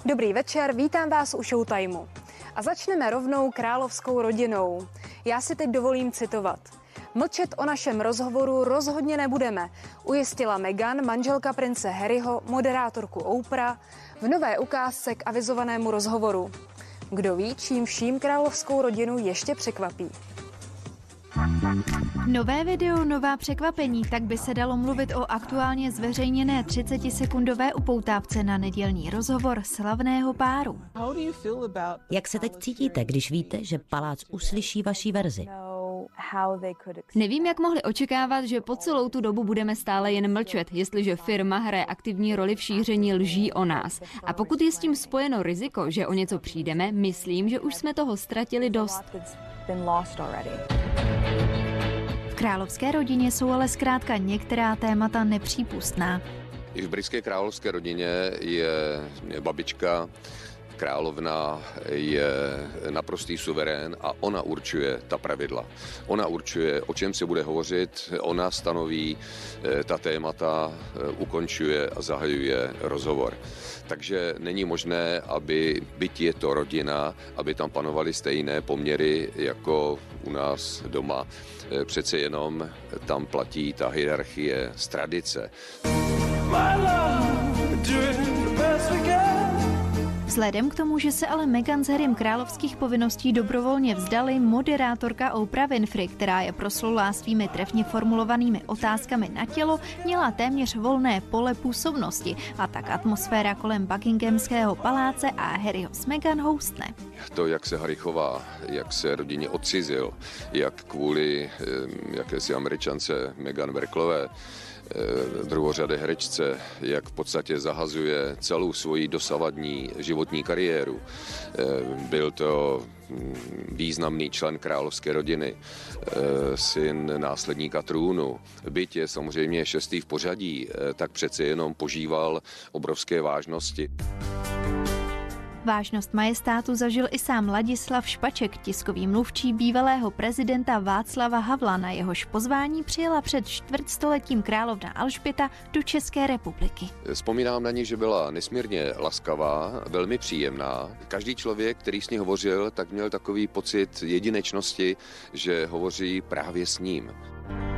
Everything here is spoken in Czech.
Dobrý večer, vítám vás u Showtimeu. A začneme rovnou královskou rodinou. Já si teď dovolím citovat. Mlčet o našem rozhovoru rozhodně nebudeme, ujistila Meghan, manželka prince Harryho, moderátorku Oprah, v nové ukázce k avizovanému rozhovoru. Kdo ví, čím vším královskou rodinu ještě překvapí. Nové video, nová překvapení, tak by se dalo mluvit o aktuálně zveřejněné 30-sekundové upoutávce na nedělní rozhovor slavného páru. Jak se teď cítíte, když víte, že palác uslyší vaší verzi? Nevím, jak mohli očekávat, že po celou tu dobu budeme stále jen mlčet, jestliže firma hraje aktivní roli v šíření lží o nás. A pokud je s tím spojeno riziko, že o něco přijdeme, myslím, že už jsme toho ztratili dost. V královské rodině jsou ale zkrátka některá témata nepřípustná. I v britské královské rodině je babička, královna je naprostý suverén a ona určuje ta pravidla. Ona určuje, o čem se bude hovořit, ona stanoví ta témata, ukončuje a zahajuje rozhovor. Takže není možné, aby, byť je to rodina, aby tam panovaly stejné poměry jako u nás doma. Přece jenom tam platí ta hierarchie z tradice. Vzhledem k tomu, že se ale Meghan s Harrym královských povinností dobrovolně vzdali, moderátorka Oprah Winfrey, která je proslulá svými trefně formulovanými otázkami na tělo, měla téměř volné pole působnosti a tak atmosféra kolem Buckinghamského paláce a Harryho s Meghan houstne. To, jak se Harry chová, jak se rodině odcizil, jak kvůli jakési Američance Meghan Marklové, druhořadé herečce, jak v podstatě zahazuje celou svoji dosavadní životní kariéru. Byl to významný člen královské rodiny, syn následníka trůnu. Byť je samozřejmě 6. v pořadí, tak přece jenom požíval obrovské vážnosti. Vážnost majestátu zažil i sám Ladislav Špaček, tiskový mluvčí bývalého prezidenta Václava Havla, na jehož pozvání přijela před čtvrtstoletím královna Alžběta do České republiky. Vzpomínám na ní, že byla nesmírně laskavá, velmi příjemná. Každý člověk, který s ní hovořil, tak měl takový pocit jedinečnosti, že hovoří právě s ním.